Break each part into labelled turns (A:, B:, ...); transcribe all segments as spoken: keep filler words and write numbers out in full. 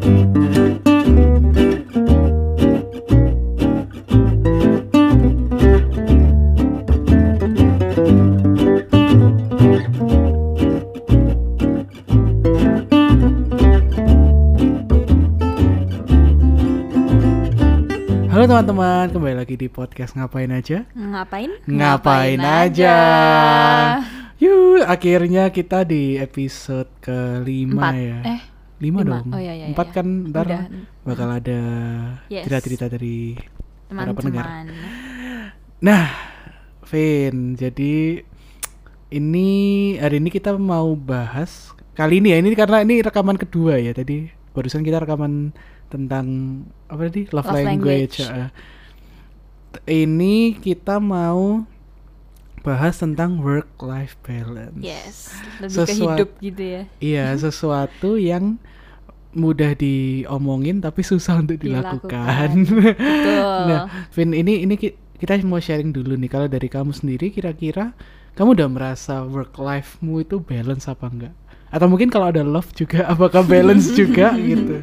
A: Halo teman-teman, kembali lagi di podcast Ngapain Aja.
B: Ngapain?
A: Ngapain, Ngapain aja. aja. Yuk, akhirnya kita di episode kelima ya.
B: Eh,
A: lima,
B: lima.
A: dong.
B: Oh, iya, iya,
A: Empat
B: iya.
A: kan ntar
B: Udah.
A: bakal ada
B: Yes.
A: cerita-cerita dari para pendengar.
B: Teman-teman.
A: Nah, Vin, jadi ini hari ini kita mau bahas kali ini ya, ini karena ini rekaman kedua ya. Tadi barusan kita rekaman tentang apa tadi love,
B: Love
A: language,
B: language.
A: Uh, ini kita mau bahas tentang work life balance.
B: Yes, lebih
A: Sesuatu,
B: ke hidup gitu ya.
A: Iya, sesuatu yang mudah diomongin tapi susah untuk dilakukan.
B: Dilakukan. Betul.
A: Nah, Vin, ini ini ki- kita mau sharing dulu nih, kalau dari kamu sendiri kira-kira kamu udah merasa work life-mu itu balance apa enggak? Atau mungkin kalau ada love juga apakah balance juga gitu?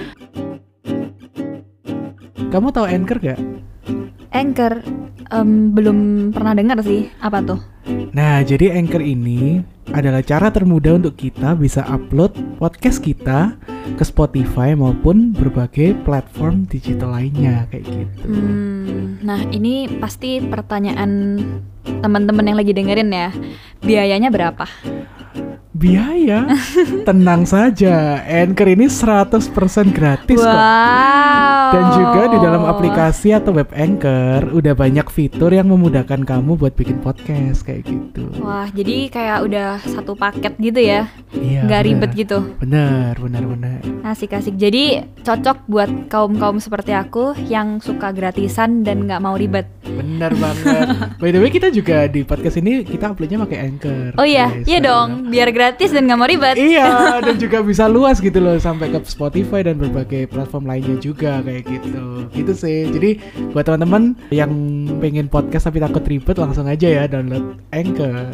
A: Kamu tahu Anchor gak?
B: Anchor um, belum pernah dengar sih. Apa tuh?
A: Nah, jadi Anchor ini adalah cara termudah untuk kita bisa upload podcast kita ke Spotify maupun berbagai platform digital lainnya kayak gitu.
B: Hmm, nah, ini pasti pertanyaan teman-teman yang lagi dengerin ya. Biayanya berapa?
A: Biaya? Tenang saja, Anchor ini seratus persen gratis
B: wow.
A: kok. Dan juga di dalam aplikasi atau web Anchor udah banyak fitur yang memudahkan kamu buat bikin podcast kayak gitu.
B: Wah, jadi kayak udah satu paket gitu ya.
A: Iya.
B: Nggak
A: bener.
B: ribet gitu.
A: Bener, bener, bener.
B: Asik-asik. Jadi cocok buat kaum-kaum seperti aku yang suka gratisan dan nggak mau ribet.
A: Bener banget. By the way, kita juga di podcast ini kita uploadnya pakai Anchor.
B: Oh iya,
A: guys.
B: iya dong. Biar gratis dan nggak mau ribet.
A: Iya, dan juga bisa luas gitu loh sampai ke Spotify dan berbagai platform lainnya juga kayak gitu. Gitu sih. Jadi buat teman-teman yang pengen podcast tapi takut ribet, langsung aja ya download Anchor.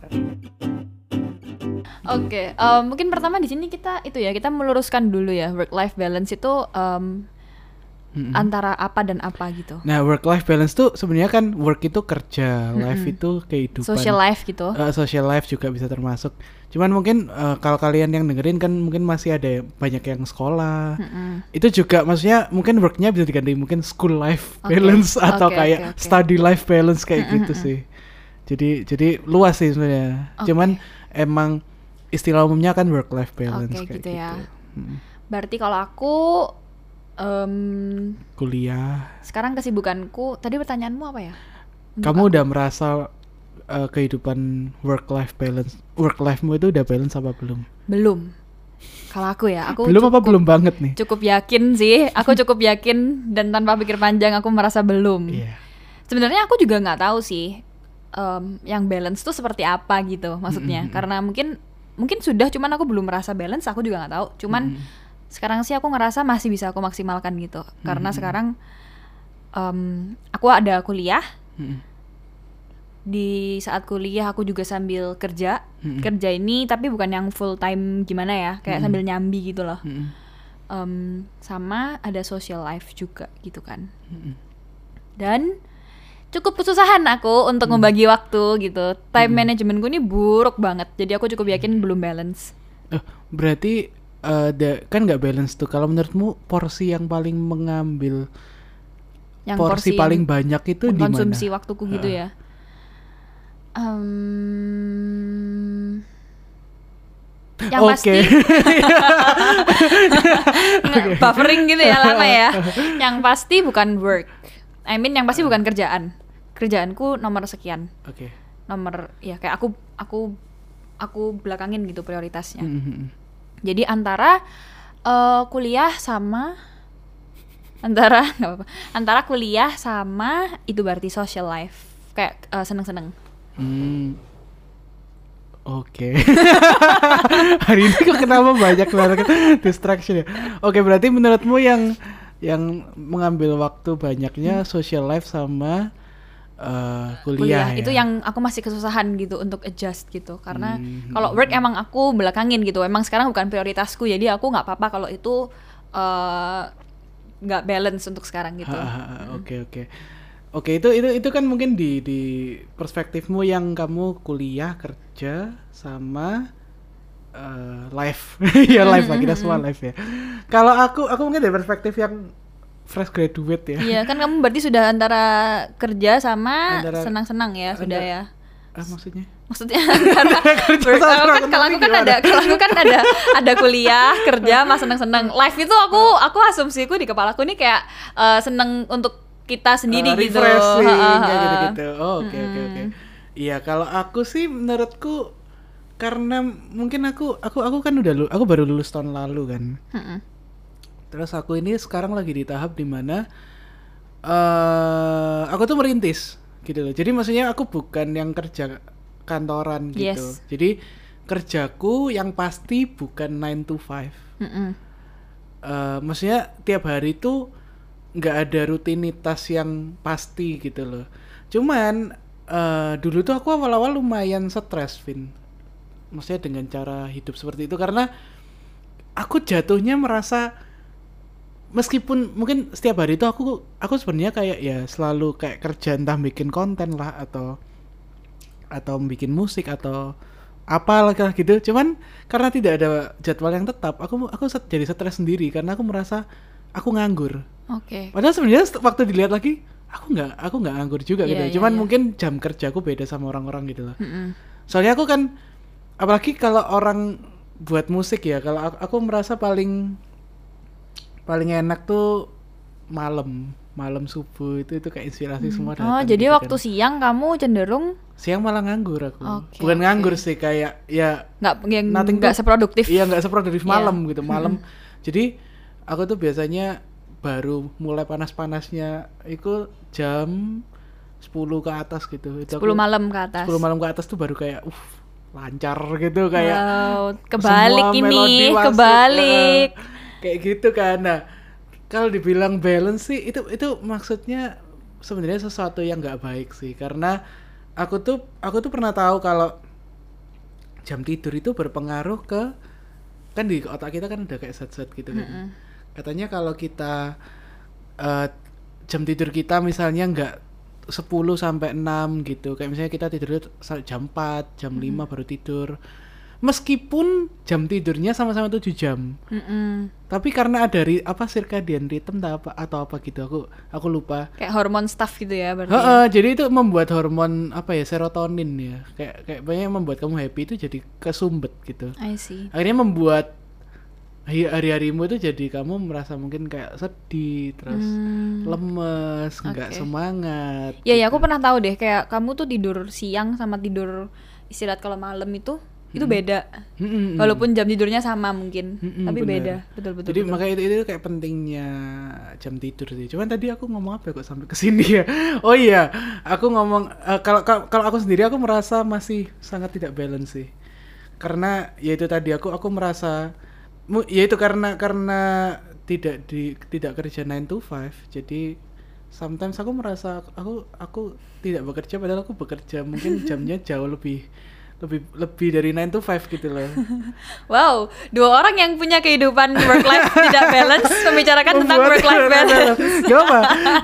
B: Oke, okay, um, mungkin pertama di sini kita itu ya kita meluruskan dulu ya work life balance itu um,
A: Mm-mm.
B: antara apa dan apa gitu.
A: Nah, work life balance tuh sebenarnya kan work itu kerja,
B: Mm-mm.
A: life itu kehidupan.
B: Social life gitu.
A: Uh, social life juga bisa termasuk. Cuman mungkin uh, kalau kalian yang dengerin kan mungkin masih ada banyak yang sekolah.
B: Mm-mm.
A: Itu juga maksudnya mungkin worknya bisa diganti mungkin school life
B: Okay.
A: balance atau
B: Okay,
A: kayak
B: okay, okay.
A: study life balance kayak
B: Mm-mm,
A: gitu sih. Jadi jadi luas sih sebenarnya.
B: Okay.
A: Cuman emang istilah umumnya kan work life balance
B: Oke,
A: kayak
B: gitu
A: gitu.
B: ya.
A: Mm.
B: Berarti kalau aku um,
A: Kuliah.
B: sekarang kesibukanku, tadi pertanyaanmu apa ya? Untuk
A: Kamu
B: aku.
A: udah merasa uh, kehidupan work life balance, work life-mu itu udah balance apa belum?
B: Belum. Kalau aku ya, aku
A: belum
B: cukup,
A: apa belum banget nih?
B: Cukup yakin sih, aku cukup yakin dan tanpa pikir panjang aku merasa belum.
A: Iya.
B: Sebenarnya aku juga nggak tahu sih um, yang balance tuh seperti apa gitu maksudnya.
A: Mm-hmm.
B: Karena mungkin mungkin sudah, cuman aku belum merasa balance, aku juga nggak tahu. Cuman
A: Mm-hmm.
B: sekarang sih aku ngerasa masih bisa aku maksimalkan gitu. Karena
A: Mm-hmm.
B: sekarang um, aku ada kuliah.
A: Mm-hmm.
B: Di saat kuliah aku juga sambil kerja.
A: Mm-hmm.
B: Kerja ini tapi bukan yang full time gimana ya, kayak
A: Mm-hmm.
B: sambil nyambi gitu loh.
A: Mm-hmm.
B: Um, sama ada social life juga gitu kan.
A: Mm-hmm.
B: Dan cukup kesusahan aku untuk
A: Hmm.
B: membagi waktu gitu. Time
A: Hmm.
B: managementku ini buruk banget. Jadi aku cukup yakin belum balance.
A: Oh, berarti uh, da- kan nggak balance tuh. Kalau menurutmu porsi yang paling mengambil
B: Yang
A: porsi,
B: porsi
A: paling banyak itu di mana?
B: konsumsi waktuku gitu
A: Uh.
B: ya. Um, yang
A: Oke.
B: pasti Nggak, buffering gitu ya lama ya. Yang pasti bukan work. I mean yang pasti bukan kerjaan. Kerjaanku nomor sekian.
A: Oke.
B: Nomor ya kayak aku aku aku belakangin gitu prioritasnya.
A: Mm-hmm.
B: Jadi antara uh, kuliah sama antara nggak apa-apa antara kuliah sama itu berarti social life kayak uh, seneng-seneng.
A: Hmm. Oke. Hari ini kok kenapa banyak banget distraction ya? Oke, berarti menurutmu yang yang mengambil waktu banyaknya
B: Hmm.
A: social life sama uh,
B: kuliah,
A: kuliah, ya?
B: itu yang aku masih kesusahan gitu untuk adjust gitu karena
A: Hmm.
B: kalau work emang aku belakangin gitu, emang sekarang bukan prioritasku, jadi aku nggak apa-apa kalau itu eh, nggak balance untuk sekarang gitu.
A: Ha, ha, ha, Oke oke oke itu itu itu kan mungkin di di perspektifmu yang kamu kuliah kerja sama uh, live ya live lah kita semua live ya. Kalau aku aku mungkin dari perspektif yang fresh graduate ya.
B: Iya kan kamu berarti sudah antara kerja sama
A: Antara-
B: senang-senang ya sudah
A: antara-
B: ya.
A: Ah, maksudnya?
B: Maksudnya karena ber- kalau kan kalau aku kan ada kalau aku kan ada ada kuliah kerja mas seneng-seneng live itu aku aku asumsiku di kepalaku ini kayak eh, seneng untuk kita sendiri
A: Uh,
B: gitu.
A: refreshing,
B: Ha, ha, ha.
A: kayak gitu-gitu. Oh, oke oke oke. Iya, kalau aku sih menurutku karena mungkin aku aku aku kan udah lu, aku baru lulus tahun lalu kan.
B: Mm-mm.
A: Terus aku ini sekarang lagi di tahap dimana eh aku tuh merintis gitu loh. Jadi maksudnya aku bukan yang kerja kantoran gitu.
B: Yes.
A: Jadi kerjaku yang pasti bukan nine to five.
B: Mm-mm.
A: Eh, maksudnya tiap hari tuh nggak ada rutinitas yang pasti gitu loh. Cuman eh, dulu tuh aku awal-awal lumayan stres, Vin. Maksudnya dengan cara hidup seperti itu karena aku jatuhnya merasa meskipun mungkin setiap hari itu aku aku sebenarnya kayak ya selalu kayak kerja entah bikin konten lah atau atau bikin musik atau apa lah gitu. Cuman karena tidak ada jadwal yang tetap, aku aku set- jadi stres sendiri karena aku merasa aku nganggur.
B: Oke.
A: Padahal sebenarnya st- waktu dilihat lagi aku nggak aku nggak nganggur juga
B: Iya,
A: gitu.
B: iya,
A: Cuman
B: iya.
A: mungkin jam kerjaku beda sama orang-orang gitu loh.
B: Mm-mm.
A: Soalnya aku kan apalagi kalau orang buat musik ya, kalau aku, aku merasa paling paling enak tuh malam malam subuh itu itu kayak inspirasi semua datang.
B: Oh jadi
A: gitu
B: waktu
A: kan.
B: siang kamu cenderung
A: Siang malah nganggur aku.
B: Oke,
A: Bukan
B: oke.
A: nganggur sih kayak ya
B: nggak yang
A: nothing
B: nggak
A: tuh-
B: seproduktif.
A: Iya nggak seproduktif
B: Iya.
A: malam gitu malam. Jadi aku tuh biasanya baru mulai panas-panasnya itu jam sepuluh ke atas gitu. Itu
B: sepuluh
A: aku-
B: malam ke atas.
A: sepuluh malam ke atas tuh baru kayak uh lancar gitu kayak
B: Wow, kebalik
A: semua
B: ini,
A: melodi masuk,
B: kebalik.
A: eh, kayak gitu kan. Nah, kalau dibilang balance sih itu itu maksudnya sebenarnya sesuatu yang nggak baik sih karena aku tuh aku tuh pernah tahu kalau jam tidur itu berpengaruh ke kan di otak kita kan ada kayak zat-zat gitu kan.
B: Mm-mm.
A: Katanya kalau kita eh, jam tidur kita misalnya nggak sepuluh sampai enam gitu. Kayak misalnya kita tidur jam empat, jam lima baru tidur. Meskipun jam tidurnya sama-sama tujuh jam.
B: Mm-mm.
A: Tapi karena ada ri, apa circadian rhythm atau apa atau apa gitu aku aku lupa.
B: Kayak hormon stuff gitu ya berarti.
A: Heeh, jadi itu membuat hormon apa ya serotonin ya. Kayak kayak banyak yang membuat kamu happy itu jadi kesumbet gitu.
B: I see.
A: Akhirnya membuat hari- hari-harimu itu jadi kamu merasa mungkin kayak sedih terus
B: Hmm.
A: lemes, nggak
B: Oke.
A: semangat.
B: Ya, ya
A: gitu.
B: aku pernah tahu deh kayak kamu tuh tidur siang sama tidur istirahat kalau malam itu itu beda.
A: Mm-mm.
B: Walaupun jam tidurnya sama mungkin,
A: Mm-mm,
B: tapi
A: bener.
B: beda. Betul betul.
A: Jadi
B: betul.
A: makanya itu, itu kayak pentingnya jam tidur sih. Cuman tadi aku ngomong apa ya kok sampai ke sini ya? Oh iya, aku ngomong eh, kalau kalau kalau aku sendiri aku merasa masih sangat tidak balance sih. Karena ya itu tadi aku aku merasa mu- ya itu karena karena tidak di tidak kerja nine to five. Jadi sometimes aku merasa aku aku tidak bekerja padahal aku bekerja mungkin jamnya jauh lebih lebih lebih dari nine to five gitu loh.
B: Wow, dua orang yang punya kehidupan work life tidak balance membicarakan tentang
A: Membuat-
B: work life balance.
A: Gak apa.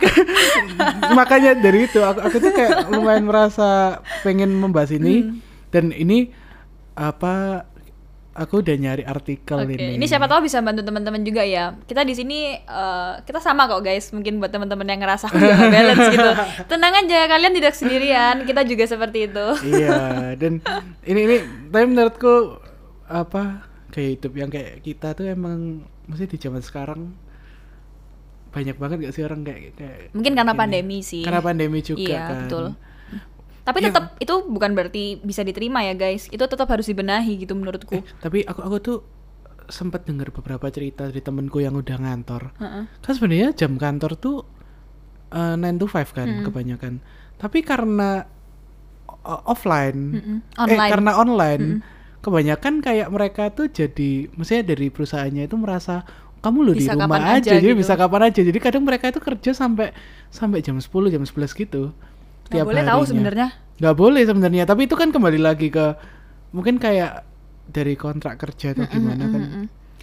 A: Makanya dari itu aku, aku tuh kayak lumayan merasa pengen membahas ini
B: Hmm.
A: dan ini apa aku udah nyari artikel
B: Oke,
A: ini.
B: ini siapa tahu bisa bantu teman-teman juga ya. Kita di sini eh, kita sama kok guys. Mungkin buat teman-teman yang ngerasa aku juga nggak balance gitu. Tenang aja, kalian tidak sendirian. Kita juga seperti itu.
A: Iya, dan ini ini tapi menurutku apa kayak hidup yang kayak kita tuh emang mesti di zaman sekarang banyak banget gak sih orang kayak kayak
B: Mungkin karena
A: gini.
B: pandemi sih.
A: Karena pandemi juga
B: Iya,
A: kan.
B: betul. Tapi
A: Iya.
B: tetap itu bukan berarti bisa diterima ya guys. Itu tetap harus dibenahi gitu menurutku.
A: Eh, tapi aku aku tuh sempat dengar beberapa cerita dari temenku yang udah ngantor.
B: Heeh.
A: Kan sebenarnya jam kantor tuh uh, nine to five kan
B: Mm-mm.
A: kebanyakan. Tapi karena o- offline,
B: Mm-mm.
A: eh
B: Online.
A: karena online,
B: Mm-mm.
A: kebanyakan kayak mereka tuh jadi, maksudnya dari perusahaannya itu merasa kamu lo di
B: Bisa
A: rumah
B: kapan
A: aja,
B: aja
A: jadi
B: gitu.
A: bisa kapan aja. Jadi kadang mereka itu kerja sampai sampai jam sepuluh, jam sebelas gitu.
B: Nggak boleh tahu sebenarnya.
A: Nggak boleh sebenarnya, tapi itu kan kembali lagi ke mungkin kayak dari kontrak kerja atau
B: Mm-mm,
A: gimana kan.
B: mm-mm.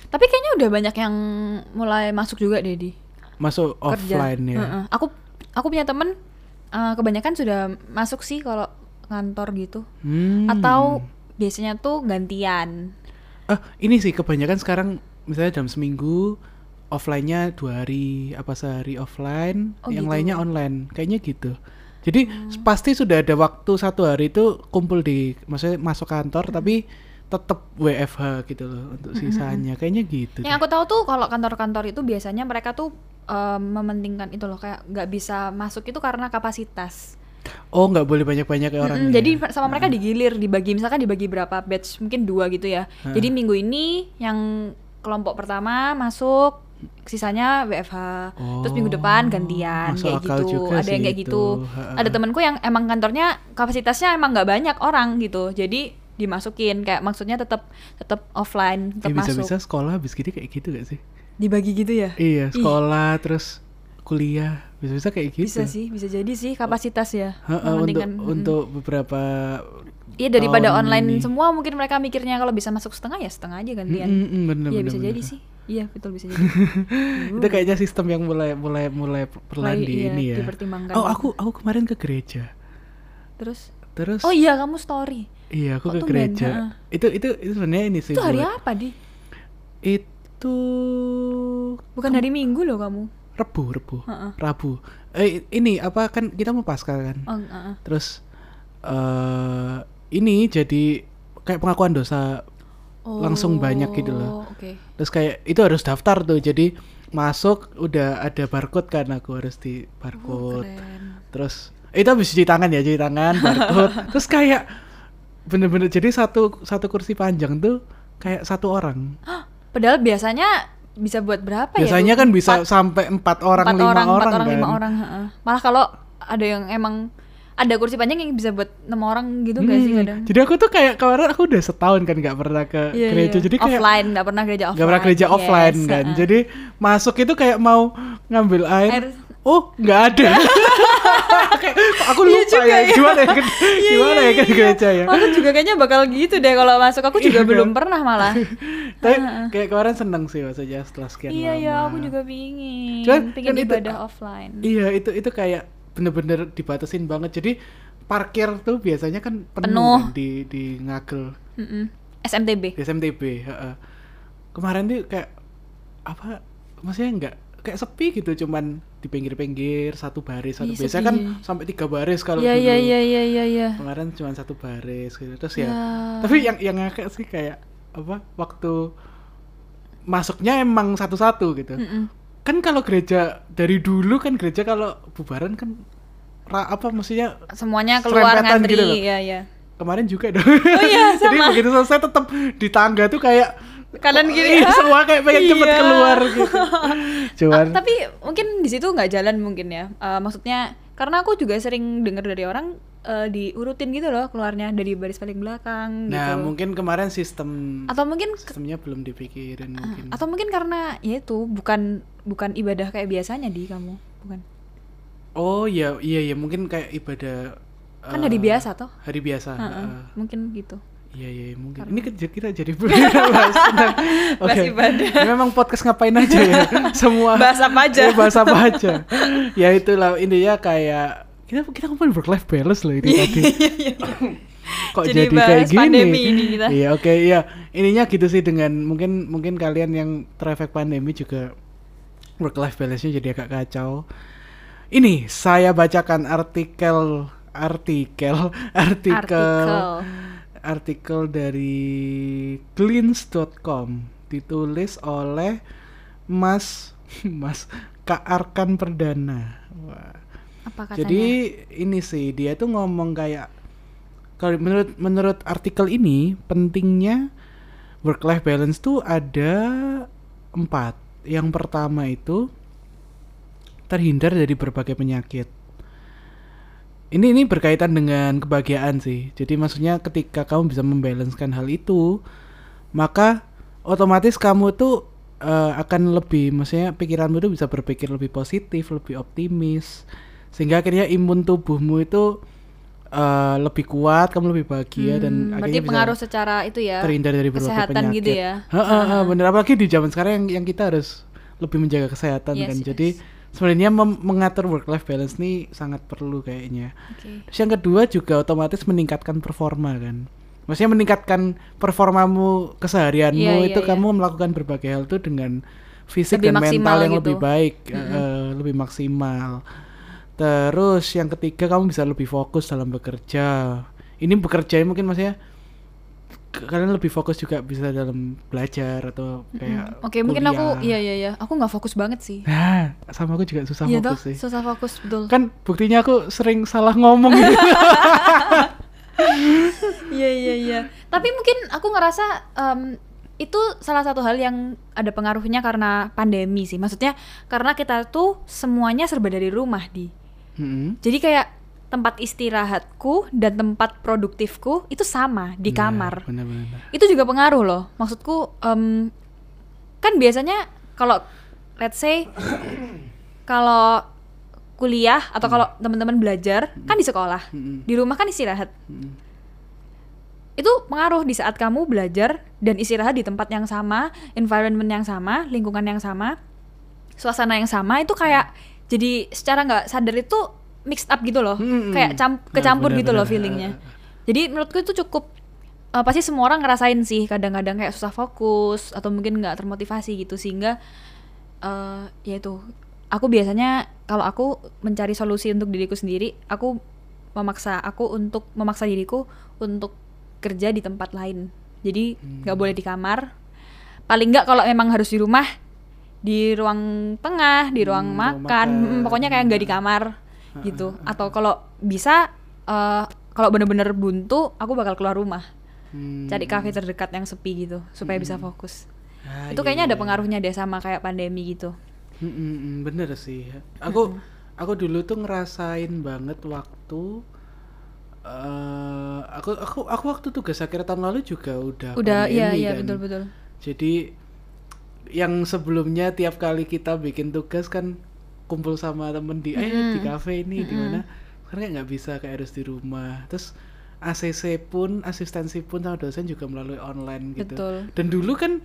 B: Tapi kayaknya udah banyak yang mulai masuk juga deh di
A: Masuk
B: kerja.
A: offline ya.
B: Heeh. Aku aku punya temen uh, kebanyakan sudah masuk sih kalau kantor gitu.
A: Hmm.
B: Atau biasanya tuh gantian.
A: Ah, ini sih kebanyakan sekarang misalnya dalam seminggu offline-nya dua hari, apa sehari offline,
B: Oh,
A: yang
B: gitu.
A: lainnya online, kayaknya gitu. Jadi hmm. pasti sudah ada waktu satu hari itu kumpul di, maksudnya masuk kantor, hmm. tapi tetap W F H gitu loh untuk sisanya, kayaknya gitu.
B: Yang aku tahu tuh kalau kantor-kantor itu biasanya mereka tuh um, mementingkan itu loh, kayak nggak bisa masuk itu karena kapasitas.
A: Oh, nggak boleh banyak-banyak kayak orang.
B: Mm-mm, jadi sama mereka digilir, dibagi misalkan dibagi berapa batch, mungkin dua gitu ya.
A: Ha.
B: Jadi minggu ini yang kelompok pertama masuk, sisanya W F H.
A: Oh,
B: terus minggu depan gantian
A: masuk
B: kayak
A: akal
B: gitu.
A: juga
B: Ada
A: sih
B: yang kayak
A: itu.
B: gitu.
A: Ha-ha.
B: Ada temanku yang emang kantornya kapasitasnya emang nggak banyak orang gitu. Jadi dimasukin kayak maksudnya tetap tetap offline, tetap
A: Ya,
B: masuk.
A: bisa-bisa sekolah habis gini kayak gitu gak sih?
B: Dibagi gitu ya?
A: Iya, sekolah terus kuliah, bisa-bisa kayak gitu.
B: Bisa sih, bisa jadi sih kapasitas ya.
A: Ha-ha, untuk
B: mementingkan, mm.
A: untuk beberapa.
B: Iya, daripada
A: tahun
B: online
A: ini.
B: semua mungkin mereka mikirnya kalau bisa masuk setengah ya setengah aja gantian.
A: Mm, mm, mm, bener,
B: Iya
A: bener,
B: bisa
A: bener.
B: jadi sih. Iya betul bisa jadi.
A: Itu kayaknya sistem yang mulai mulai mulai perlahan
B: Mulai,
A: di
B: iya,
A: ini ya.
B: dipertimbangkan
A: Oh,
B: gitu.
A: aku aku kemarin ke gereja.
B: Terus?
A: Terus
B: Oh iya kamu story.
A: iya, aku
B: Oh,
A: ke
B: tumben,
A: gereja.
B: ha-ha.
A: Itu itu itu sebenarnya ini sih.
B: Itu hari
A: buat-
B: apa di?
A: Itu
B: Bukan hari Minggu loh kamu.
A: Rebu, Rebu.
B: Ha-ha.
A: Rabu. Eh ini apa kan kita mau Paskah kan?
B: Oh, uh-uh.
A: Terus eh ini jadi kayak pengakuan dosa
B: Oh,
A: langsung banyak gitu loh.
B: Oke.
A: Terus kayak itu harus daftar tuh. Jadi masuk udah ada barcode kan, aku harus di
B: Oh,
A: barcode.
B: keren.
A: Terus itu habis cuci tangan ya, cuci tangan, barcode. Terus kayak bener-bener jadi satu satu kursi panjang tuh kayak satu orang.
B: Padahal biasanya bisa buat berapa ya?
A: Biasanya
B: tuh?
A: kan bisa
B: Empat-
A: sampai empat orang,
B: empat
A: lima
B: orang,
A: orang,
B: empat orang,
A: kan.
B: lima orang. Ha-ha. Malah kalau ada yang emang ada kursi panjang yang bisa buat enam orang gitu nggak sih
A: Hmm,
B: kadang?
A: Jadi aku tuh kayak kemarin aku udah setahun kan nggak pernah ke
B: Iya,
A: gereja.
B: iya.
A: Jadi kayak
B: offline, nggak pernah gereja offline.
A: nggak pernah gereja
B: Yes,
A: offline kan.
B: ha-ha.
A: Jadi masuk itu kayak mau ngambil air.
B: Air.
A: Oh, nggak ada. Kayak, kok aku
B: Iya
A: lupa
B: juga
A: ya.
B: ya.
A: Gimana ya? ke-
B: Iya,
A: Gimana
B: iya,
A: ya ke
B: iya.
A: gereja ya?
B: Aku juga kayaknya bakal gitu deh kalau masuk. Aku juga
A: Iya,
B: belum
A: kan?
B: pernah malah.
A: Tapi kayak kemarin seneng sih maksudnya setelah sekian
B: Iya
A: lama.
B: ya, aku juga pingin.
A: Cuman,
B: Pingin
A: kan itu-
B: ibadah offline.
A: Iya, itu itu kayak bener-bener dibatasin banget. Jadi parkir tuh biasanya kan penuh,
B: Penuh.
A: kan di di Ngagel,
B: Mm-mm. S M T B.
A: di S M T B. heeh. Kemarin tuh kayak apa? Maksudnya enggak kayak sepi gitu, cuman di pinggir-pinggir satu baris satu.
B: Iya,
A: Biasanya
B: sepi.
A: kan sampai tiga baris kalau
B: Iya
A: dulu.
B: iya iya iya iya iya.
A: Kemarin cuma satu baris gitu. Terus ya.
B: Ya.
A: Tapi yang yang ngakak sih kayak apa? Waktu masuknya emang satu-satu gitu.
B: Mm-mm.
A: Kan kalau gereja dari dulu kan gereja kalau bubaran kan ra, apa maksudnya
B: Semuanya keluar
A: serempetan
B: ngantri.
A: gitu loh.
B: Iya iya.
A: kemarin juga dong.
B: Oh iya,
A: Jadi
B: sama.
A: begitu selesai tetap di tangga tuh kayak
B: Kanan
A: oh,
B: kiri.
A: iya, semua kayak pengen cepet
B: Iya.
A: keluar gitu. Cuman
B: Ah, tapi mungkin di situ nggak jalan mungkin ya. Eh, maksudnya karena aku juga sering dengar dari orang eh, diurutin gitu loh keluarnya dari baris paling belakang
A: nah
B: gitu.
A: mungkin kemarin sistem
B: Atau mungkin
A: sistemnya belum dipikirin mungkin.
B: atau mungkin karena ya itu bukan bukan ibadah kayak biasanya di kamu, bukan?
A: Oh iya iya iya mungkin kayak ibadah
B: Kan
A: eh,
B: hari biasa toh?
A: Hari biasa.
B: Heeh,
A: heeh.
B: mungkin gitu.
A: Iya iya mungkin.
B: Karena-
A: Ini kita, kita jadi bahas tentang
B: Bahas
A: oke.
B: ibadah.
A: Ini memang podcast ngapain aja ya? Semua
B: Bahas apa aja.
A: Eh, bahas apa aja. Ya itulah intinya kayak kita kita ngomongin work life balance loh ini tadi. Kok
B: Jadi
A: jadi,
B: bahas
A: kayak gini?
B: pandemi ini kita.
A: Iya oke iya. Ininya gitu sih dengan mungkin mungkin kalian yang terefek pandemi juga work life balance-nya jadi agak kacau. Ini saya bacakan artikel artikel artikel
B: Artikel.
A: artikel dari glints dot com ditulis oleh Mas Mas Kak Arkan Perdana. Wah.
B: Apa katanya?
A: Jadi ini sih dia tuh ngomong kayak kalau menurut menurut artikel ini pentingnya work life balance tuh ada empat. Yang pertama itu terhindar dari berbagai penyakit. Ini ini berkaitan dengan kebahagiaan sih. Jadi maksudnya ketika kamu bisa membalancekan hal itu, maka otomatis kamu tuh uh, akan lebih, maksudnya pikiranmu tuh bisa berpikir lebih positif, lebih optimis, sehingga akhirnya imun tubuhmu itu uh, lebih kuat, kamu lebih bahagia,
B: Hmm,
A: dan
B: berarti
A: akhirnya bisa
B: pengaruh secara itu ya,
A: terhindar dari berbagai
B: kesehatan
A: penyakit.
B: gitu ya.
A: Heeh, heeh, bener, apalagi di zaman sekarang yang yang kita harus lebih menjaga kesehatan
B: Yes,
A: kan.
B: yes.
A: Jadi sebenarnya mem- mengatur work life balance nih sangat perlu kayaknya.
B: Oke.
A: Terus yang kedua juga otomatis meningkatkan performa kan. Maksudnya meningkatkan performamu keseharianmu
B: Iya, iya,
A: itu
B: iya.
A: kamu melakukan berbagai hal itu dengan fisik
B: Lebih
A: dan mental
B: maksimal
A: yang
B: gitu.
A: lebih baik,
B: Mm-mm.
A: eh, lebih maksimal. Terus yang ketiga kamu bisa lebih fokus dalam bekerja. Ini bekerja mungkin maksudnya k- kalian lebih fokus juga bisa dalam belajar atau kayak
B: Oke, mungkin aku
A: kuliah.
B: iya iya iya, aku nggak fokus banget sih.
A: Nah, sama aku juga susah
B: Iya toh,
A: fokus sih.
B: susah fokus betul.
A: Kan buktinya aku sering salah ngomong gitu.
B: Iya iya iya. Tapi mungkin aku ngerasa em, itu salah satu hal yang ada pengaruhnya karena pandemi sih. Maksudnya karena kita tuh semuanya serba dari rumah di.
A: Mm-mm.
B: Jadi kayak tempat istirahatku dan tempat produktifku itu sama di
A: Benar,
B: kamar.
A: benar-benar.
B: Itu juga pengaruh loh. Maksudku em, kan biasanya kalau let's say kalau kuliah atau kalau teman-teman belajar kan di sekolah,
A: Mm-mm.
B: di rumah kan istirahat.
A: Mm-mm.
B: Itu pengaruh di saat kamu belajar dan istirahat di tempat yang sama, environment yang sama, lingkungan yang sama, suasana yang sama, itu kayak jadi secara nggak sadar itu mixed up gitu loh,
A: Mm-mm.
B: kayak cam-
A: Nah,
B: kecampur gitu loh
A: benar-benar.
B: feelingnya. Jadi menurutku itu cukup eh, pasti semua orang ngerasain sih, kadang-kadang kayak susah fokus atau mungkin nggak termotivasi gitu, sehingga eh ya itu aku biasanya kalau aku mencari solusi untuk diriku sendiri, aku memaksa aku untuk memaksa diriku untuk kerja di tempat lain. Jadi nggak boleh di kamar. Paling nggak kalau memang harus di rumah, di ruang tengah, di ruang
A: Hmm, ruang
B: makan,
A: makan.
B: Mm, pokoknya kayak nggak di kamar gitu. Atau kalau bisa, eh, kalau bener-bener buntu, aku bakal keluar rumah,
A: Hmm.
B: cari kafe terdekat yang sepi gitu, supaya bisa fokus.
A: Ah,
B: Itu
A: iya,
B: kayaknya
A: iya,
B: ada pengaruhnya deh sama kayak pandemi gitu.
A: Mm, mm, mm, bener sih. Aku aku dulu tuh ngerasain banget waktu eh aku aku aku waktu tugas akhir tahun lalu juga udah
B: Udah, iya
A: pandemi
B: iya
A: kan.
B: betul-betul.
A: Jadi yang sebelumnya tiap kali kita bikin tugas kan kumpul sama temen di eh di kafe ini di mana. Sekarang kayak nggak bisa, kayak harus di rumah. Terus A C C pun, asistensi pun sama dosen juga melalui online gitu.
B: Betul.
A: Dan dulu kan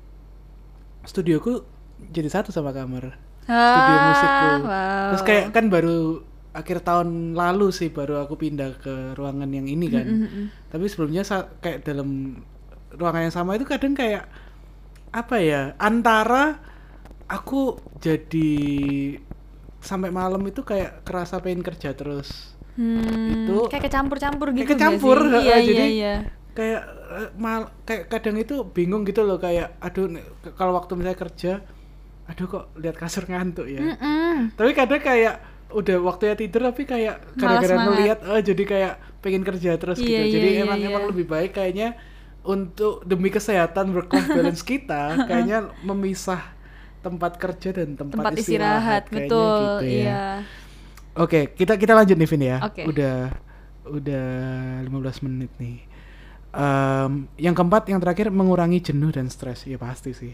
A: studioku jadi satu sama kamar. Studio
B: Ah,
A: musikku.
B: wow.
A: Terus kayak kan baru akhir tahun lalu sih baru aku pindah ke ruangan yang ini kan. Tapi sebelumnya sa- kayak dalam ruangan yang sama itu kadang kayak apa ya, antara aku jadi sampai malam itu kayak kerasa pengen kerja terus.
B: Hmm,
A: Itu
B: kayak kecampur-campur gitu
A: kayak kecampur,
B: nggak sih?
A: heeh,
B: Iya,
A: jadi
B: iya, iya.
A: kayak eh, mal kayak kadang itu bingung gitu loh, kayak aduh nih, k- kalau waktu misalnya kerja aduh kok lihat kasur ngantuk ya.
B: Mm-mm.
A: Tapi kadang kayak udah waktunya tidur tapi kayak
B: Malas
A: gara-gara
B: banget.
A: ngelihat oh jadi kayak pengen kerja terus
B: Iya,
A: gitu.
B: iya,
A: Jadi
B: iya,
A: emang
B: iya.
A: emang lebih baik kayaknya untuk demi kesehatan work life balance kita kayaknya memisah tempat kerja dan tempat,
B: Tempat
A: istirahat,
B: istirahat,
A: kayaknya
B: betul.
A: gitu ya.
B: Iya.
A: Oke, kita kita lanjut nih Vin ya.
B: Oke.
A: Udah udah lima belas menit nih. Em, yang keempat, yang terakhir, mengurangi jenuh dan stres. Ya pasti sih.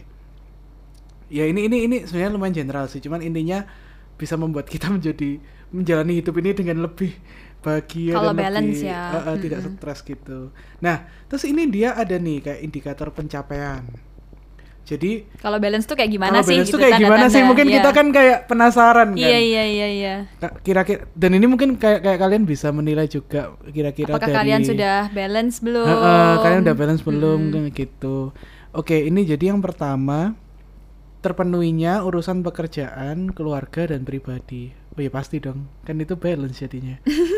A: Ya ini ini ini sebenarnya lumayan general sih, cuman intinya bisa membuat kita menjadi menjalani hidup ini dengan lebih bahagia
B: Kalau
A: dan
B: balance
A: lebih
B: ya.
A: eh, eh, tidak stres gitu. Nah, terus ini dia ada nih kayak indikator pencapaian. Jadi
B: Kalau balance tuh kayak gimana
A: kalau
B: sih?
A: balance
B: gitu,
A: tuh kayak gimana sih?
B: tanda-tanda.
A: Mungkin
B: Iya.
A: kita kan kayak penasaran kan.
B: Iya iya iya iya.
A: Ka- Kira-kira, dan ini mungkin kayak kayak kalian bisa menilai juga kira-kira
B: Apakah
A: dari
B: kalian sudah balance belum?
A: Heeh, kalian udah balance belum kayak gitu. Oke, ini jadi yang pertama, terpenuhinya urusan pekerjaan, keluarga dan pribadi. Oh ya pasti dong, kan itu balance jadinya.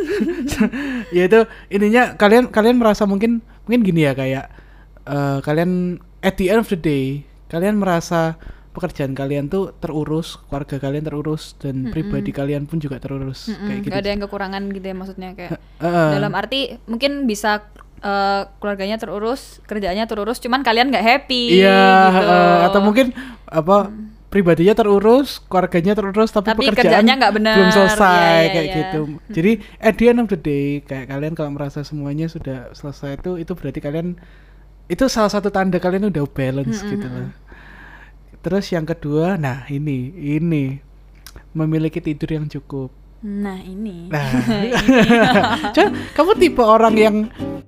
A: Ya itu intinya kalian kalian merasa mungkin mungkin gini ya, kayak eh, kalian at the end of the day kalian merasa pekerjaan kalian tuh terurus, keluarga kalian terurus dan pribadi kalian pun juga terurus.
B: Mm-mm,
A: Kayak gitu.
B: gak ada yang kekurangan gitu ya maksudnya, kayak
A: Heeh.
B: dalam arti mungkin bisa eh, keluarganya terurus, kerjaannya terurus, cuman kalian nggak happy
A: Iya,
B: gitu.
A: heeh. Atau mungkin apa pribadinya terurus, keluarganya terurus, tapi,
B: Tapi
A: pekerjaan
B: kerjaannya nggak benar.
A: belum selesai
B: Iya, iya,
A: kayak
B: iya.
A: gitu. Jadi at the end of the day, kayak kalian kalau merasa semuanya sudah selesai itu, itu berarti kalian itu salah satu tanda kalian udah balance gitu loh. Terus yang kedua, nah ini ini memiliki tidur yang cukup.
B: Nah ini.
A: Nah, Coba, kamu tipe orang yang,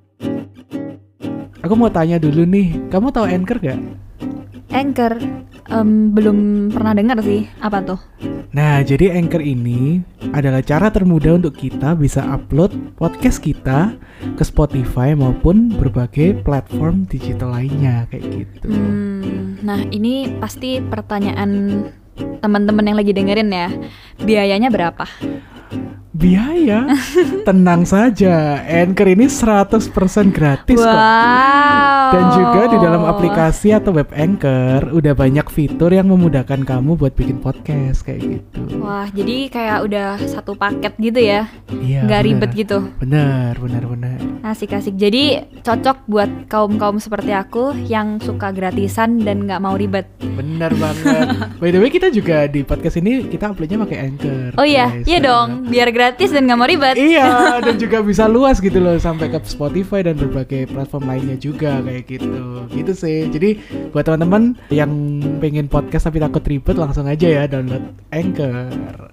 A: aku mau tanya dulu nih, kamu tahu Anchor gak?
B: Anchor, um, belum pernah dengar sih. Apa tuh?
A: Nah, jadi Anchor ini adalah cara termudah untuk kita bisa upload podcast kita ke Spotify maupun berbagai platform digital lainnya kayak gitu.
B: Hmm, nah ini pasti pertanyaan teman-teman yang lagi dengerin ya. Biayanya berapa?
A: Biaya? Tenang saja, Anchor ini seratus persen gratis
B: wow.
A: kok. Dan juga di dalam aplikasi atau web Anchor udah banyak fitur yang memudahkan kamu buat bikin podcast kayak gitu.
B: Wah, jadi kayak udah satu paket gitu ya?
A: Iya.
B: Nggak
A: bener.
B: ribet gitu?
A: Bener, bener, bener.
B: Asik-asik. Jadi cocok buat kaum-kaum seperti aku yang suka gratisan dan nggak mau ribet.
A: Bener banget. By the way, kita juga di podcast ini kita uploadnya pakai Anchor.
B: Oh iya,
A: guys.
B: iya dong. Biar gratis dan nggak mau ribet.
A: Iya, dan juga bisa luas gitu loh sampai ke Spotify dan berbagai platform lainnya juga kayak gitu. Gitu sih. Jadi buat teman-teman yang pengen podcast tapi takut ribet, langsung aja ya download Anchor.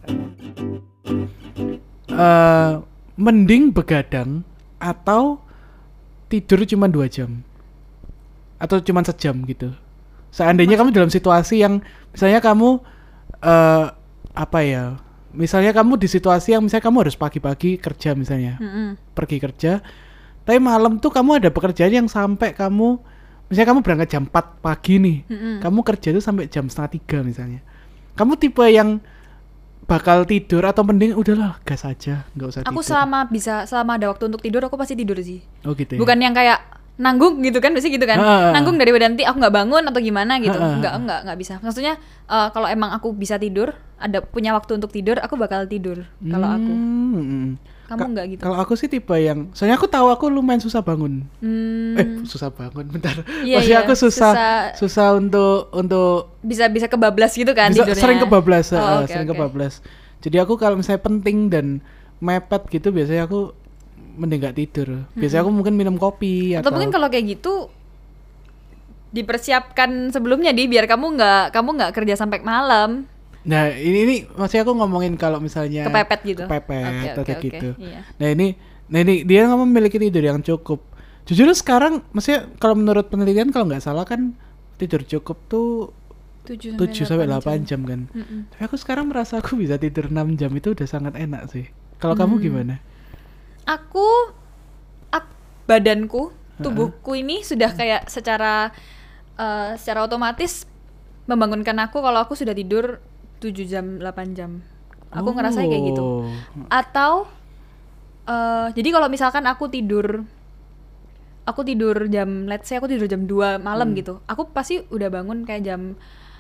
A: Uh, mending begadang atau tidur cuma dua jam atau cuma sejam gitu. Seandainya kamu dalam situasi yang misalnya kamu uh, apa ya? Misalnya kamu di situasi yang misalnya kamu harus pagi-pagi kerja misalnya, mm-hmm. pergi kerja, tapi malam tuh kamu ada pekerjaan yang sampai kamu, misalnya kamu berangkat jam empat pagi nih, mm-hmm. kamu kerja tuh sampai jam setengah tiga misalnya. Kamu tipe yang bakal tidur atau mending udahlah gas aja, nggak usah tidur?
B: Aku selama bisa, selama ada waktu untuk tidur aku pasti tidur sih.
A: Oh gitu ya?
B: Bukan yang kayak nanggung gitu kan, biasanya gitu kan, ha, nanggung daripada nanti aku nggak bangun atau gimana gitu, ha, nggak nggak nggak bisa. Maksudnya uh, kalau emang aku bisa tidur, ada punya waktu untuk tidur, aku bakal tidur. Kalau aku,
A: hmm.
B: kamu
A: Ka-
B: nggak gitu?
A: Kalau aku sih tipe yang, soalnya aku tahu aku lumayan susah bangun.
B: Hmm.
A: Eh susah bangun, bentar.
B: Iya,
A: Maksudnya
B: iya.
A: aku susah,
B: susah,
A: susah untuk untuk
B: bisa bisa kebablas gitu kan
A: bisa,
B: tidurnya.
A: Sering kebablas,
B: oh,
A: uh,
B: okay,
A: sering
B: okay.
A: kebablas. Jadi aku kalau misalnya penting dan mepet gitu, biasanya aku mending gak tidur. Biasanya hmm. aku mungkin minum kopi atau,
B: atau mungkin kalau kayak gitu dipersiapkan sebelumnya di biar kamu nggak kamu nggak kerja sampai malam.
A: Nah ini ini maksudnya aku ngomongin kalau misalnya
B: kepepet gitu,
A: kepepet
B: okay,
A: atau
B: okay,
A: gitu.
B: Okay, iya.
A: Nah ini, nah ini dia nggak memiliki tidur yang cukup. Jujur sekarang, maksudnya kalau menurut penelitian kalau nggak salah kan tidur cukup tuh tujuh sampai delapan jam kan. Mm-mm. Tapi aku sekarang merasa aku bisa tidur enam jam itu udah sangat enak sih. Kalau mm. kamu gimana?
B: Aku, ak, badanku, tubuhku uh-uh. ini sudah kayak secara uh, secara otomatis membangunkan aku kalau aku sudah tidur tujuh jam, delapan jam. Aku oh. ngerasain kayak gitu. Atau uh, jadi kalau misalkan aku tidur aku tidur jam, let's say aku tidur jam dua malam hmm. gitu. Aku pasti udah bangun kayak jam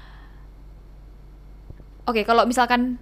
B: Oke, okay, kalau misalkan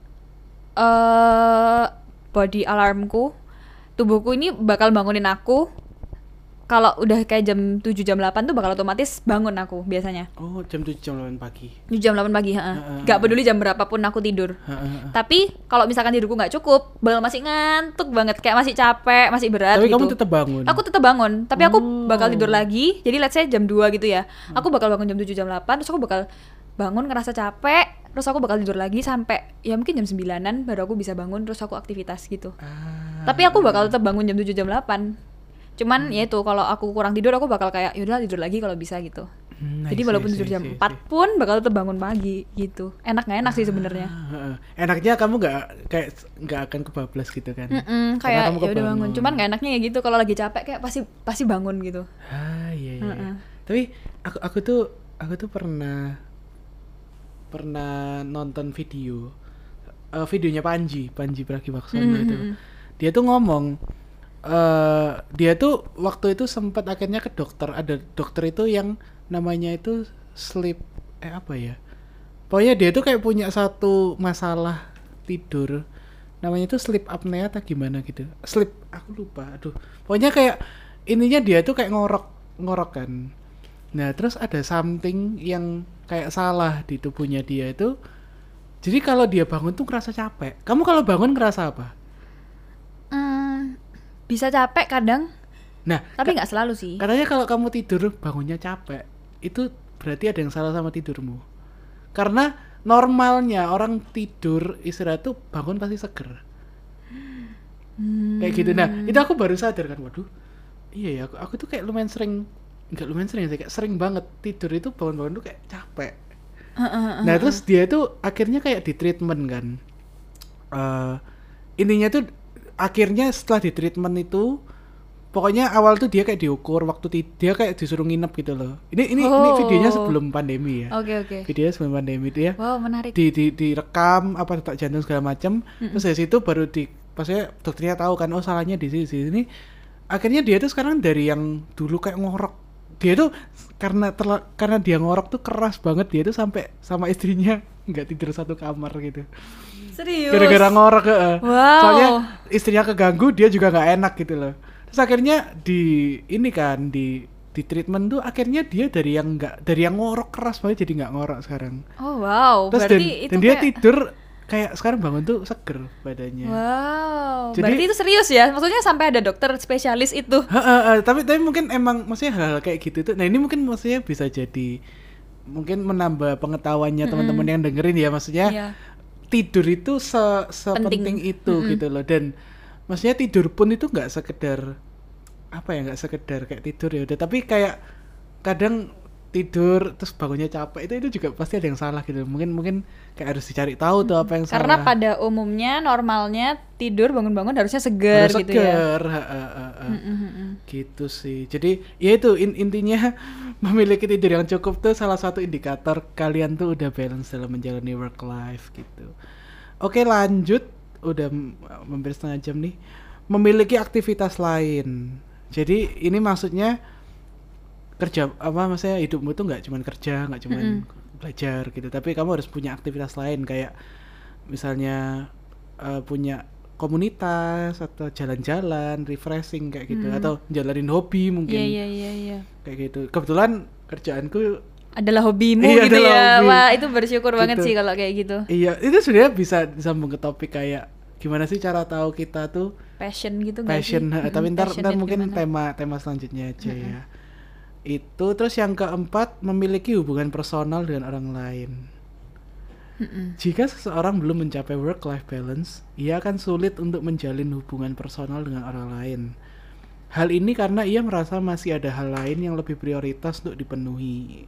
B: uh, body alarmku, tubuhku ini bakal bangunin aku. Kalau udah kayak jam tujuh, jam delapan tuh bakal otomatis bangun aku biasanya.
A: Oh, jam tujuh, jam delapan pagi.
B: tujuh jam delapan pagi, heeh. Gak peduli jam berapapun aku tidur. Ha-ha. Tapi kalau misalkan tidurku gak cukup, bakal masih ngantuk banget, kayak masih capek, masih berat
A: tapi
B: gitu.
A: Tapi kamu tetap bangun?
B: Aku tetap bangun, tapi
A: oh.
B: aku bakal tidur lagi. Jadi let's say jam dua gitu ya. Aku bakal bangun jam tujuh, jam delapan, terus aku bakal bangun ngerasa capek, terus aku bakal tidur lagi sampai ya mungkin jam sembilanan baru aku bisa bangun, terus aku aktivitas gitu. Ah. Tapi aku bakal tetap bangun jam tujuh, jam delapan. Cuman hmm. ya itu kalau aku kurang tidur aku bakal kayak yaudah tidur lagi kalau bisa gitu. Hmm, jadi walaupun tidur jam empat pun bakal tetap bangun pagi gitu. Enak nggak enak ah, sih sebenarnya.
A: Enaknya kamu nggak kayak nggak akan kebablas gitu kan?
B: Mm-mm, kayak ya udah bangun. Cuman nggak enaknya ya gitu kalau lagi capek kayak pasti pasti bangun gitu.
A: Ah iya iya. Uh-uh. Tapi aku aku tuh aku tuh pernah pernah nonton video uh, videonya Panji Panji Pragiwaksono mm-hmm. itu. Dia tuh ngomong uh, dia tuh waktu itu sempat akhirnya ke dokter. Ada dokter itu yang namanya itu sleep eh apa ya? Pokoknya dia tuh kayak punya satu masalah tidur. Namanya tuh sleep apnea atau gimana gitu. Sleep aku lupa. Aduh. Pokoknya kayak ininya dia tuh kayak ngorok ngorok kan. Nah, terus ada something yang kayak salah di tubuhnya dia itu. Jadi kalau dia bangun tuh ngerasa capek. Kamu kalau bangun ngerasa apa?
B: Hmm, bisa capek kadang.
A: Nah,
B: tapi nggak ka- selalu sih.
A: Katanya kalau kamu tidur bangunnya capek, itu berarti ada yang salah sama tidurmu. Karena normalnya orang tidur istirahat tuh bangun pasti seger. kayak gitu. Nah itu aku baru sadar kan, waduh iya ya aku, aku tuh kayak lumayan sering, nggak lumayan sering sih, kayak sering banget tidur itu bangun-bangun tuh kayak capek.
B: Uh, uh, uh,
A: Nah
B: uh.
A: terus dia tuh akhirnya kayak di treatment kan, uh, intinya tuh akhirnya setelah di treatment itu pokoknya awal tuh dia kayak diukur waktu ti- dia kayak disuruh nginep gitu loh. Ini ini ini
B: Oh.
A: videonya sebelum pandemi ya.
B: Oke oke.
A: Videonya sebelum pandemi dia
B: Wow, menarik.
A: di di direkam apa detak jantung segala macam. Terus dari situ baru di pasnya dokternya tahu kan, oh salahnya di sini di sini. Akhirnya dia tuh sekarang dari yang dulu kayak ngorok, dia tuh karena terla- karena dia ngorok tuh keras banget, dia tuh sampai sama istrinya nggak tidur satu kamar gitu.
B: Serius.
A: Gara-gara ngorok heeh.
B: Wow.
A: Soalnya istrinya keganggu, dia juga nggak enak gitu loh. Terus akhirnya di ini kan di di treatment tuh akhirnya dia dari yang nggak dari yang ngorok keras banget jadi nggak ngorok sekarang.
B: Oh wow.
A: Terus
B: Berarti
A: dan,
B: itu
A: dan dia
B: kayak...
A: tidur kayak sekarang bangun tuh seger badannya.
B: Wow.
A: Jadi-
B: Berarti itu serius ya? Maksudnya sampai ada dokter spesialis itu?
A: Heeh, heeh, tapi tapi mungkin emang maksudnya hal-hal kayak gitu tuh. Nah ini mungkin maksudnya bisa jadi mungkin menambah pengetahuannya teman-teman yang dengerin ya, maksudnya
B: Iya.
A: tidur itu se sepenting
B: Penting.
A: itu
B: Mm-mm.
A: gitu loh. Dan maksudnya tidur pun itu nggak sekedar apa ya, nggak sekedar kayak tidur ya udah, tapi kayak kadang tidur terus bangunnya capek, itu itu juga pasti ada yang salah gitu. Mungkin mungkin kayak harus dicari tahu tuh apa yang
B: Karena
A: salah.
B: pada umumnya normalnya tidur bangun-bangun harusnya segar
A: Harus
B: gitu ya.
A: seger, ha, ha, ha, ha.
B: Mm, mm, mm.
A: Gitu sih. Jadi ya itu in- intinya memiliki tidur yang cukup tuh salah satu indikator kalian tuh udah balance dalam menjalani work life gitu. Oke lanjut, udah m- hampir setengah jam nih. Memiliki aktivitas lain. Jadi ini maksudnya kerja apa maksudnya hidupmu tuh nggak cuman kerja, nggak cuman
B: Mm-mm.
A: belajar gitu, tapi kamu harus punya aktivitas lain kayak misalnya eh, punya komunitas atau jalan-jalan refreshing kayak gitu,
B: Hmm.
A: atau jalanin hobi mungkin
B: Iya iya iya iya.
A: kayak gitu. Kebetulan kerjaanku
B: Adalah hobimu
A: Iya,
B: gitu
A: adalah
B: ya.
A: hobi.
B: Wah, itu bersyukur banget
A: Gitu.
B: sih kalau kayak gitu.
A: iya itu sebenarnya bisa disambung ke topik kayak gimana sih cara tahu kita tuh
B: Passion gitu nggak
A: passion,
B: sih?
A: ha,
B: Mm-mm,
A: tapi ntar, ntar
B: passionate
A: mungkin
B: gimana?
A: tema tema selanjutnya aja ya. Itu terus yang keempat, memiliki hubungan personal dengan orang lain.
B: Mm-mm.
A: Jika seseorang belum mencapai work-life balance, ia akan sulit untuk menjalin hubungan personal dengan orang lain. Hal ini karena ia merasa masih ada hal lain yang lebih prioritas untuk dipenuhi.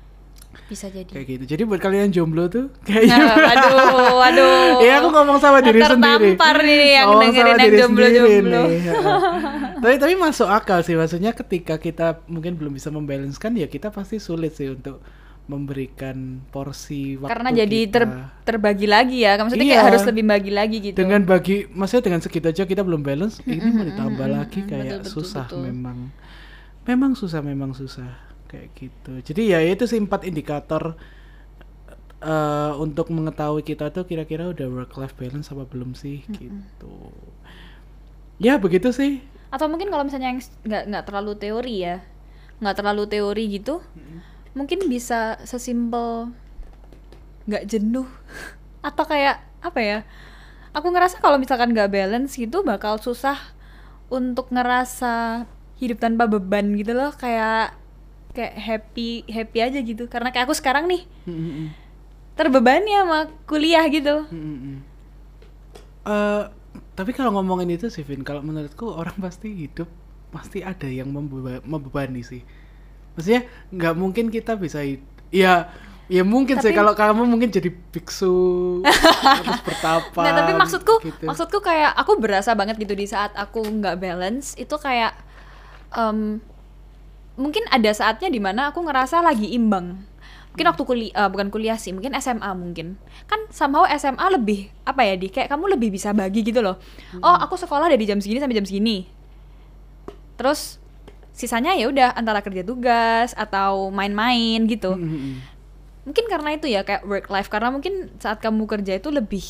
B: Bisa jadi.
A: Kayak gitu. Jadi buat kalian jomblo tuh kayaknya
B: Nah, waduh, waduh.
A: ya aku ngomong sama diri sendiri.
B: Tertampar nih yang
A: Ngomong
B: dengerin
A: sama
B: yang
A: diri
B: jomblo-jomblo.
A: sendiri nih, ya. tapi tapi masuk akal sih, maksudnya ketika kita mungkin belum bisa membalancekan ya kita pasti sulit sih untuk memberikan porsi waktu
B: Karena jadi
A: kita.
B: ter, terbagi lagi ya. Maksudnya
A: Iya.
B: kayak harus lebih bagi lagi gitu.
A: Dengan bagi, maksudnya dengan segitu aja kita belum balance, ini mau ditambah
B: mm,
A: lagi
B: mm,
A: kayak
B: betul, betul,
A: susah
B: betul.
A: memang. Memang susah, memang susah kayak gitu. Jadi ya itu sih empat indikator eh, untuk mengetahui kita tuh kira-kira udah work life balance apa belum sih gitu. Ya begitu sih.
B: Atau mungkin kalau misalnya yang s- nggak nggak terlalu teori ya, nggak terlalu teori gitu, mungkin bisa sesimpel nggak jenuh atau kayak apa ya? Aku ngerasa kalau misalkan nggak balance gitu bakal susah untuk ngerasa hidup tanpa beban gitu loh, kayak kayak happy happy aja gitu. Karena kayak aku sekarang nih
A: Mm-mm.
B: terbebani sama kuliah gitu.
A: Mm-mm. Eh, tapi kalau ngomongin itu sih Vin, kalau menurutku orang pasti hidup pasti ada yang membeba- membebani sih. Maksudnya nggak mungkin kita bisa hid- ya ya mungkin sih
B: Tapi-
A: kalau kamu mungkin jadi biksu terus bertapa.
B: Nggak, tapi maksudku
A: gitu.
B: maksudku kayak aku berasa banget gitu di saat aku nggak balance itu kayak em, mungkin ada saatnya dimana aku ngerasa lagi imbang. Mungkin waktu kuliah, bukan kuliah sih, mungkin S M A mungkin. Kan somehow S M A lebih apa ya, di kayak kamu lebih bisa bagi gitu loh. Oh, aku sekolah dari jam segini sampai jam segini. Terus sisanya ya udah antara kerja tugas atau main-main gitu.
A: Mm-mm.
B: Mungkin karena itu ya kayak work life, karena mungkin saat kamu kerja itu lebih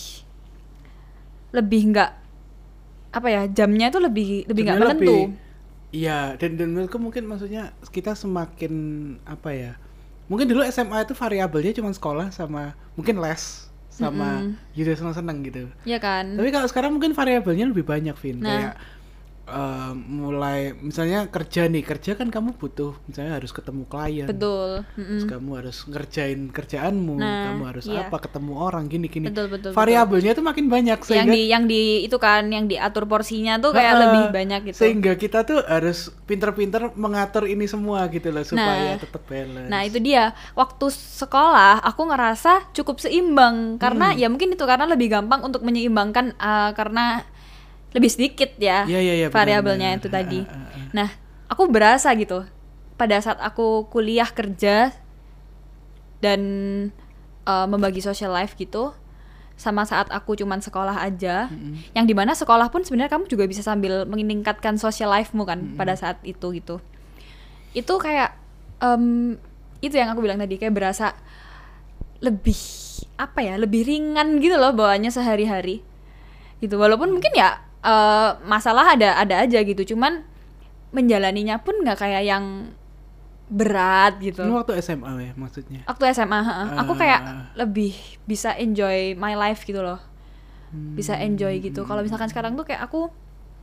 B: lebih nggak apa ya, jamnya itu lebih lebih nggak
A: Sebenarnya
B: menentu.
A: lebih- Iya, dan dan menurutku mungkin maksudnya kita semakin apa ya? Mungkin dulu S M A itu variabelnya cuma sekolah sama mungkin les sama
B: Mm-mm.
A: gitu senang-senang gitu.
B: Ya kan?
A: Tapi kalau sekarang mungkin variabelnya lebih banyak, Vin.
B: Nah.
A: Kayak uh, mulai misalnya kerja nih, kerja kan kamu butuh misalnya harus ketemu klien.
B: Betul.
A: Terus
B: Mm-mm.
A: kamu harus ngerjain kerjaanmu,
B: Nah,
A: kamu harus
B: iya.
A: apa ketemu orang gini-gini.
B: Betul, betul,
A: Variabelnya tuh makin banyak
B: yang
A: sehingga
B: di yang di itu kan yang diatur porsinya tuh kayak
A: Ha-ha.
B: lebih banyak gitu.
A: Sehingga kita tuh harus pinter-pinter mengatur ini semua gitu loh supaya
B: Nah.
A: tetap balance.
B: Nah itu dia, waktu sekolah aku ngerasa cukup seimbang karena
A: Hmm.
B: ya mungkin itu karena lebih gampang untuk menyeimbangkan uh, karena lebih sedikit ya
A: Iya, iya, iya,
B: variabelnya
A: benar-benar.
B: itu tadi.
A: Ha, ha, ha.
B: Nah aku berasa gitu pada saat aku kuliah kerja dan uh, membagi social life gitu, sama saat aku cuman sekolah aja,
A: Mm-mm.
B: yang dimana sekolah pun sebenarnya kamu juga bisa sambil meningkatkan social life-mu kan
A: Mm-mm.
B: pada saat itu gitu. Itu kayak em, itu yang aku bilang tadi, kayak berasa lebih apa ya, lebih ringan gitu loh bawaannya sehari-hari gitu. Walaupun mungkin ya eh, masalah ada ada aja gitu, cuman menjalaninya pun nggak kayak yang berat gitu.
A: Ini waktu S M A ya maksudnya.
B: Waktu S M A, heeh, aku
A: Ah.
B: kayak lebih bisa enjoy my life gitu loh, bisa enjoy gitu. Kalau misalkan sekarang tuh kayak aku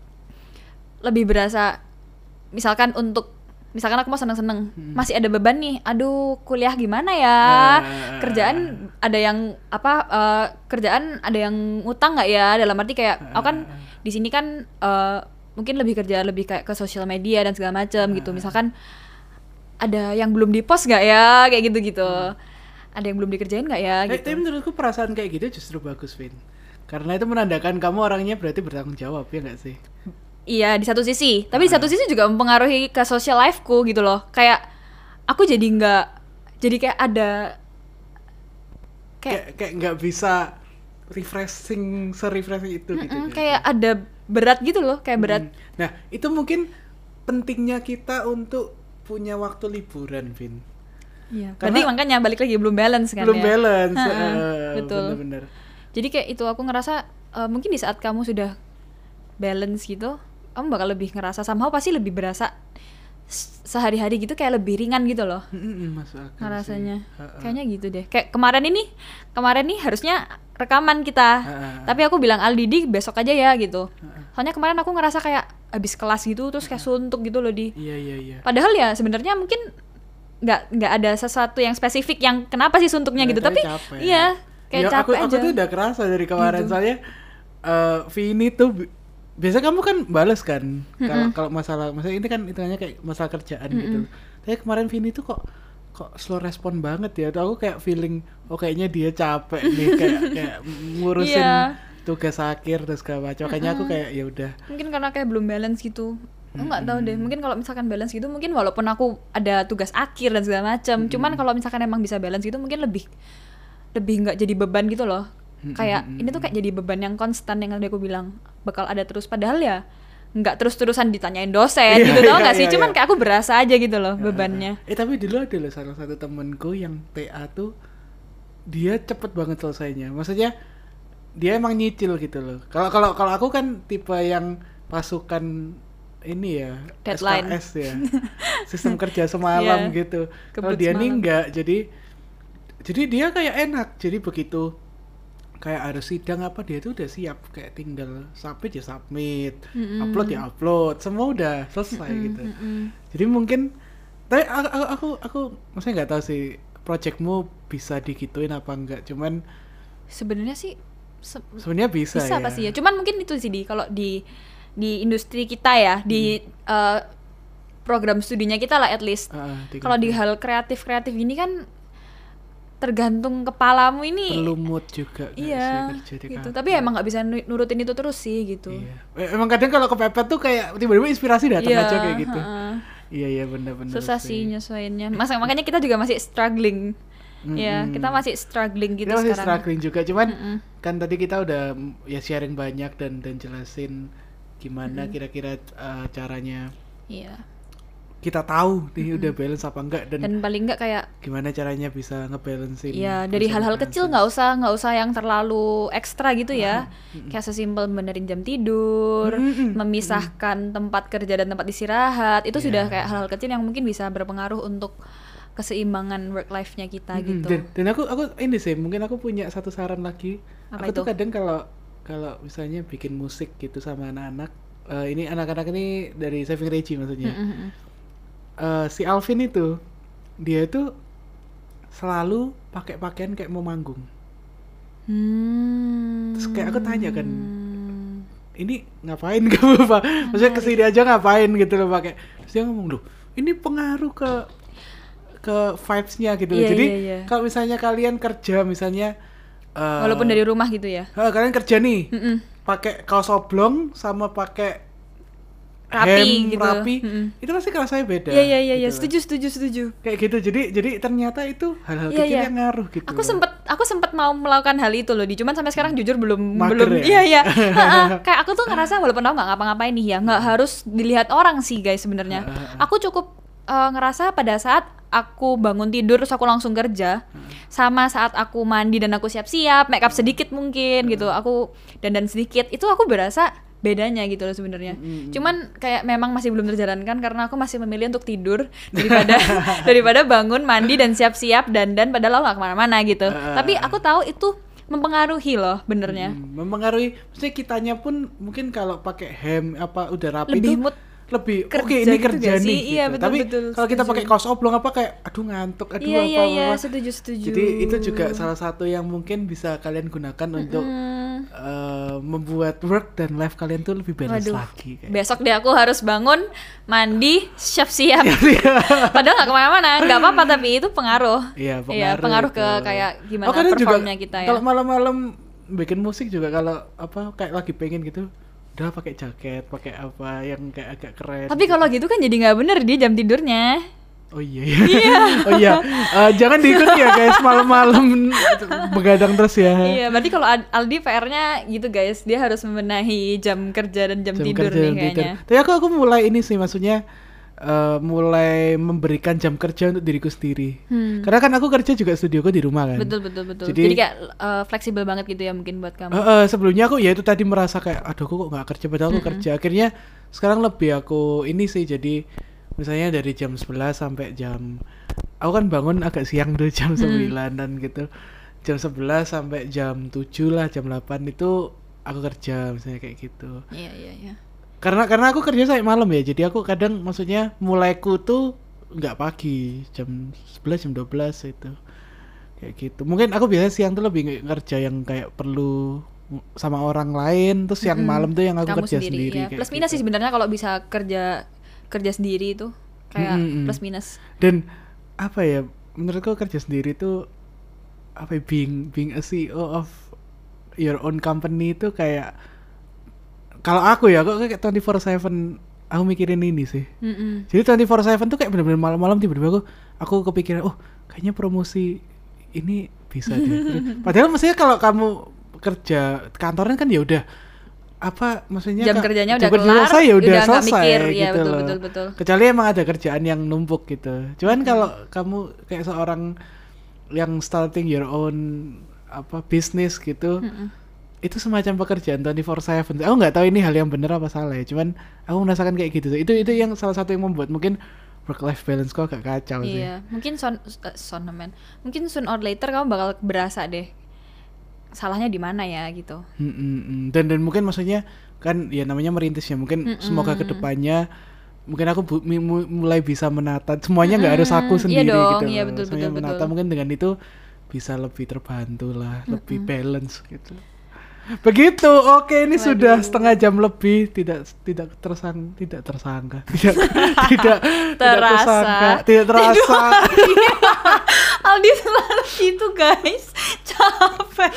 B: lebih berasa, misalkan untuk misalkan aku mau seneng-seneng,
A: Hmm.
B: masih ada beban nih, aduh kuliah gimana ya,
A: Ah.
B: kerjaan ada yang apa, eh, kerjaan ada yang utang nggak ya, dalam arti kayak aku kan di sini kan eh, mungkin lebih kerja lebih kayak ke sosial media dan segala macam gitu, misalkan ada yang belum dipost nggak ya, kayak gitu-gitu, ada yang belum dikerjain nggak ya
A: Eh,
B: gitu.
A: tapi menurutku perasaan kayak gitu justru bagus, Vin. Karena itu menandakan kamu orangnya berarti bertanggung jawab, ya nggak sih?
B: Iya, di satu sisi. Tapi di satu sisi juga mempengaruhi ke social life-ku gitu loh. Kayak aku jadi nggak, jadi kayak ada kayak
A: Kayak kayak nggak bisa refreshing se-refreshing itu gitu.
B: mm,
A: ya.
B: kayak ada berat gitu loh, kayak berat.
A: Hmm. Nah, itu mungkin pentingnya kita untuk punya waktu liburan, Vin.
B: Iya.
A: Karena-
B: Berarti makanya balik lagi belum balance kan
A: Belum
B: ya.
A: balance.
B: Ha-ha,
A: eh,
B: betul.
A: Bener-bener.
B: Jadi kayak itu aku ngerasa eh, mungkin di saat kamu sudah balance gitu, kamu bakal lebih ngerasa somehow pasti lebih berasa s- sehari-hari gitu kayak lebih ringan gitu loh.
A: Mm-mm, masuk akal sih.
B: Ngerasanya
A: Ha-ha.
B: kayaknya gitu deh. Kayak kemarin ini kemarin nih harusnya rekaman kita,
A: Ha-ha.
B: tapi aku bilang Aldidi besok aja ya gitu. Soalnya kemarin aku ngerasa kayak abis kelas gitu terus kayak suntuk gitu loh di.
A: Iya, iya, iya.
B: Padahal ya sebenarnya mungkin nggak nggak ada sesuatu yang spesifik yang kenapa sih suntuknya
A: Ya,
B: gitu, tapi
A: capek.
B: iya kayak
A: Ya,
B: capek
A: aku, aku
B: aja.
A: tuh udah kerasa dari kemarin
B: Gitu.
A: soalnya eh Vini tuh bi- biasa kamu kan bales kan kalau kalau masalah masalah ini kan hitungannya kayak masalah kerjaan gitu. Tapi kemarin Vini tuh kok kok slow respon banget ya. Tuh aku kayak feeling oh kayaknya dia capek nih kayak kayak ngurusin
B: Iya.
A: tugas akhir terus segala macam. Makanya aku kayak ya udah.
B: Mungkin karena kayak belum balance gitu. Aku nggak tahu deh, mungkin kalau misalkan balance gitu mungkin walaupun aku ada tugas akhir dan segala macam, cuman kalau misalkan emang bisa balance gitu mungkin lebih lebih nggak jadi beban gitu loh. Kayak ini tuh kayak jadi beban yang konstan yang tadi aku bilang bakal ada terus, padahal ya nggak terus-terusan ditanyain dosen
A: Iya,
B: gitu, tau
A: iya,
B: nggak sih,
A: iya,
B: cuman
A: iya.
B: kayak aku berasa aja gitu loh bebannya.
A: Eh tapi dulu ada loh salah satu temenku yang T A tuh dia cepet banget selesainya. Maksudnya dia emang nyicil gitu loh. Kalau kalau kalau aku kan tipe yang pasukan ini ya
B: Deadline.
A: S K S ya. Sistem kerja semalam
B: Iya,
A: gitu. Kalau
B: kebut
A: dia nih
B: semalam.
A: enggak. Jadi jadi dia kayak enak. Jadi begitu kayak harus sidang apa dia tuh udah siap, kayak tinggal submit ya submit,
B: Mm-mm.
A: upload ya upload, semua udah selesai gitu.
B: Mm-mm.
A: Jadi mungkin tapi aku aku aku, aku maksudnya nggak tahu sih projectmu bisa digituin apa enggak, cuman
B: Sebenarnya sih se-
A: sebenarnya bisa,
B: bisa
A: ya.
B: pasti ya, cuman mungkin itu sih di kalau di di industri kita ya, di eh, program studinya kita lah at least.
A: Ah, di-
B: Kalau di hal kreatif-kreatif ini kan tergantung kepalamu ini.
A: perlu mood juga nggak
B: Iya,
A: sih kerja di
B: gitu.
A: kantor?
B: Tapi emang nggak bisa nu- nurutin itu terus sih gitu.
A: Iya. Eh, Emang kadang kalau kepepet tuh kayak tiba-tiba inspirasi datang
B: Iya,
A: aja kayak gitu.
B: heeh.
A: Iya iya benar-benar.
B: Susah sih nyesuainnya. Mas, makanya kita juga masih struggling. Ya,
A: Mm-mm.
B: kita masih struggling gitu
A: Kita masih
B: sekarang.
A: struggling juga, cuman
B: Mm-mm.
A: kan tadi kita udah mm, ya sharing banyak dan dan jelasin gimana kira-kira uh, caranya
B: Iya.
A: kita tahu nih udah balance apa enggak dan,
B: Dan paling nggak kayak
A: gimana caranya bisa ngebalancein.
B: ya dari
A: perusahaan
B: hal-hal
A: finansial.
B: kecil nggak usah nggak usah yang terlalu ekstra gitu ya. Kayak sesimpel benerin jam tidur,
A: Mm-mm.
B: memisahkan tempat kerja dan tempat istirahat. Itu
A: Iya.
B: sudah kayak hal-hal kecil yang mungkin bisa berpengaruh untuk keseimbangan work life-nya kita
A: Mm-mm.
B: gitu.
A: Dan, dan aku aku ini sih mungkin aku punya satu saran lagi.
B: Apa
A: aku tuh
B: itu?
A: kadang kalau kalau misalnya bikin musik gitu sama anak-anak uh, ini anak-anak ini dari Saving Reggie maksudnya.
B: Mm-mm.
A: Uh, si Alvin itu dia itu selalu pakai pakaian kayak mau manggung.
B: Hmm.
A: Terus kayak aku tanya kan, ini ngapain kamu Pak? Maksudnya kesini aja ngapain gitu loh pakai. Terus dia ngomong loh, ini pengaruh ke ke vibes-nya gitu loh.
B: Iya,
A: Jadi
B: iya, iya.
A: kalau misalnya kalian kerja misalnya uh,
B: Walaupun dari rumah gitu ya.
A: uh, kalian kerja nih
B: Mm-mm.
A: pakai kaos oblong sama pakai
B: Rapi
A: hem
B: gitu.
A: rapi,
B: Mm-mm.
A: itu pasti kerasanya beda.
B: Iya iya iya iya,
A: gitu.
B: setuju setuju setuju.
A: Kayak gitu. Jadi jadi ternyata itu hal-hal
B: Iya,
A: kecil
B: iya.
A: yang ngaruh gitu.
B: Aku
A: loh.
B: sempet aku sempet mau melakukan hal itu loh, di cuman sampai sekarang jujur belum
A: Mager
B: belum
A: ya?
B: iya iya. Ha-ha. Kayak aku tuh ngerasa walaupun aku nggak ngapa-ngapain nih ya, nggak harus dilihat orang sih guys sebenarnya. Aku cukup uh, ngerasa pada saat aku bangun tidur terus aku langsung kerja, sama saat aku mandi dan aku siap-siap, make up sedikit mungkin gitu, aku dandan sedikit, itu aku berasa bedanya gitu loh sebenarnya.
A: Mm-hmm.
B: Cuman kayak memang masih belum terjalankan karena aku masih memilih untuk tidur daripada daripada bangun mandi dan siap-siap dandan padahal aku nggak kemana-mana gitu.
A: Uh.
B: Tapi aku tahu itu mempengaruhi loh benernya.
A: Hmm, mempengaruhi. Maksudnya kitanya pun mungkin kalau pakai hem apa udah rapi
B: Lebih
A: itu
B: mood
A: lebih
B: kerja
A: oke ini
B: gitu
A: kerja
B: gak sih?
A: nih
B: Iya,
A: gitu.
B: betul,
A: Tapi
B: betul,
A: kalau kita
B: setuju.
A: pakai kaos oblong apa kayak aduh ngantuk, aduh
B: Iya
A: apa
B: iya iya,
A: apa.
B: setuju setuju.
A: Jadi itu juga salah satu yang mungkin bisa kalian gunakan untuk
B: Hmm.
A: uh, membuat work dan life kalian tuh lebih balance
B: Waduh,
A: lagi kayak.
B: besok deh aku harus bangun, mandi, siap-siap.
A: Iya.
B: Padahal nggak kemana-mana, nggak apa-apa tapi itu pengaruh.
A: Iya,
B: Iya,
A: pengaruh
B: pengaruh ke
A: itu.
B: kayak gimana
A: Oh, kadang juga
B: performnya kita ya.
A: Kalau malam-malam bikin musik juga kalau apa kayak lagi pengen gitu, udah pakai jaket, pakai apa yang kayak agak keren.
B: Tapi kalau gitu kan jadi nggak bener dia jam tidurnya.
A: Oh iya iya. Oh iya. Uh, jangan diikuti ya guys malam-malam begadang terus ya.
B: Iya, berarti kalau Ad- Aldi P R-nya gitu guys, dia harus membenahi jam kerja dan jam,
A: Jam
B: tidur
A: kerja,
B: nih
A: jam
B: kayaknya.
A: tidur. Tapi aku aku mulai ini sih maksudnya uh, mulai memberikan jam kerja untuk diriku sendiri.
B: Hmm.
A: Karena kan aku kerja juga studioku di rumah kan.
B: Betul betul betul.
A: Jadi-
B: Jadi, kayak uh, fleksibel banget gitu ya mungkin buat kamu.
A: Uh, uh, sebelumnya aku ya itu tadi merasa kayak aduh aku kok nggak kerja padahal aku kerja. Akhirnya sekarang lebih aku ini sih jadi misalnya dari jam sebelas sampai jam aku kan bangun agak siang tuh jam sembilanan gitu. Jam sebelas sampai jam tujuh lah, jam delapan itu aku kerja misalnya kayak gitu.
B: Iya iya iya.
A: Karena karena aku kerja sampai malam ya. Jadi aku kadang maksudnya mulaiku tuh nggak pagi, jam sebelas jam dua belas itu. Kayak gitu. Mungkin aku biasanya siang tuh lebih nge- kerja yang kayak perlu sama orang lain, terus yang malam tuh yang aku
B: Kamu
A: kerja
B: sendiri,
A: sendiri.
B: ya.
A: kayak
B: Plus minus
A: gitu.
B: sih sebenarnya kalau bisa kerja kerja sendiri itu kayak
A: Mm-mm.
B: plus minus.
A: Dan apa ya? Menurutku kerja sendiri tuh apa ya, being being a C E O of your own company itu kayak kalau aku ya, aku kayak twenty four seven aku mikirin ini sih.
B: Mm-mm.
A: Jadi twenty four seven tuh kayak bener-bener malam-malam tiba-tiba aku aku kepikiran, oh kayaknya promosi ini bisa deh. Padahal maksudnya kalau kamu kerja kantornya kan ya udah apa maksudnya
B: Jam
A: ka-
B: kerjanya
A: jam
B: udah
A: kerja
B: kelar,
A: selesai ya udah
B: udah nggak
A: selesai
B: mikir,
A: gitu
B: ya, betul,
A: loh.
B: betul, betul.
A: Kecuali emang ada kerjaan yang numpuk gitu. Cuman kalau kamu kayak seorang yang starting your own apa bisnis gitu,
B: Mm-mm.
A: itu semacam pekerjaan twenty four seven. Aku nggak tahu ini hal yang benar apa salah ya. Cuman aku merasakan kayak gitu. Itu itu yang salah satu yang membuat mungkin work life balance kok agak kacau sih.
B: Iya, mungkin son uh, son man. Mungkin soon or later kamu bakal berasa deh salahnya di mana ya gitu.
A: Hmm, hmm, hmm. Dan dan mungkin maksudnya kan ya namanya merintis ya. Mungkin
B: Mm-mm.
A: semoga kedepannya mungkin aku bu- mi- mu- mulai bisa menata. Semuanya nggak harus aku
B: Mm-mm.
A: sendiri
B: Iya dong,
A: gitu.
B: iya,
A: loh.
B: betul,
A: Semuanya
B: betul,
A: menata
B: betul.
A: mungkin dengan itu bisa lebih terbantu lah, lebih balance gitu. Begitu. Oke, ini
B: Waduh.
A: sudah setengah jam lebih tidak tidak tersang tidak tersangka. Tidak tidak tidak
B: Terasa.
A: tersangka, tidak terasa.
B: Aldi selalu gitu guys, capek.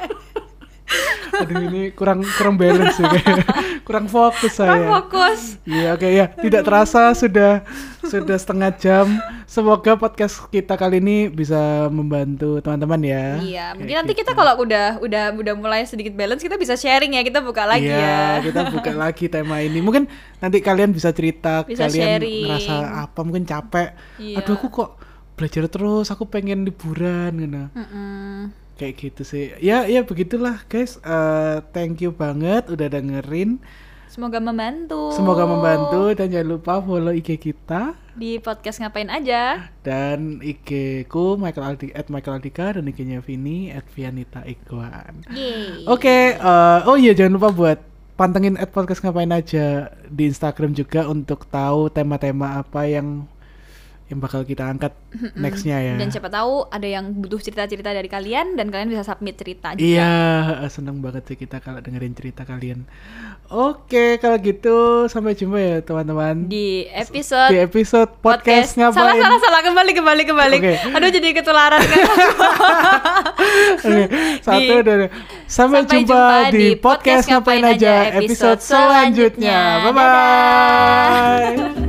A: Aduh ini kurang kurang balance ya kayaknya. Kurang fokus saya.
B: Kurang fokus.
A: Iya oke ya, tidak terasa sudah sudah setengah jam. Semoga podcast kita kali ini bisa membantu teman-teman ya.
B: Iya,
A: Kayak
B: mungkin nanti
A: gitu.
B: kita kalau udah udah udah mulai sedikit balance kita bisa sharing ya, kita buka lagi
A: Iya,
B: ya.
A: kita buka lagi tema ini. Mungkin nanti kalian bisa cerita,
B: Bisa
A: kalian
B: sharing.
A: ngerasa apa, mungkin capek.
B: Iya.
A: Aduh aku kok belajar terus, aku pengen liburan gitu.
B: Mm-mm.
A: Kayak gitu sih. Ya, ya begitulah guys. Eh, thank you banget udah dengerin.
B: Semoga membantu.
A: Semoga membantu dan jangan lupa follow I G kita
B: Di podcast ngapain aja?
A: dan I G ku Michael Aldi at Michael Aldika dan I G-nya Vini at Vianita Ikhwan.
B: Yeay.
A: Oke, eh, oh iya jangan lupa buat pantengin at podcast ngapain aja di Instagram juga untuk tahu tema-tema apa yang yang bakal kita angkat nextnya ya.
B: Dan siapa tahu ada yang butuh cerita-cerita dari kalian dan kalian bisa submit cerita juga.
A: Iya, seneng banget sih kita kalau dengerin cerita kalian. Oke, kalau gitu sampai jumpa ya teman-teman
B: Di episode
A: di episode podcast, podcast ngapain.
B: Salah salah salah kembali kembali kembali.
A: Okay.
B: Aduh jadi ketularan kan.
A: Oke, satu
B: Di,
A: dan sampai, sampai jumpa, jumpa di podcast ngapain aja episode selanjutnya. Bye bye.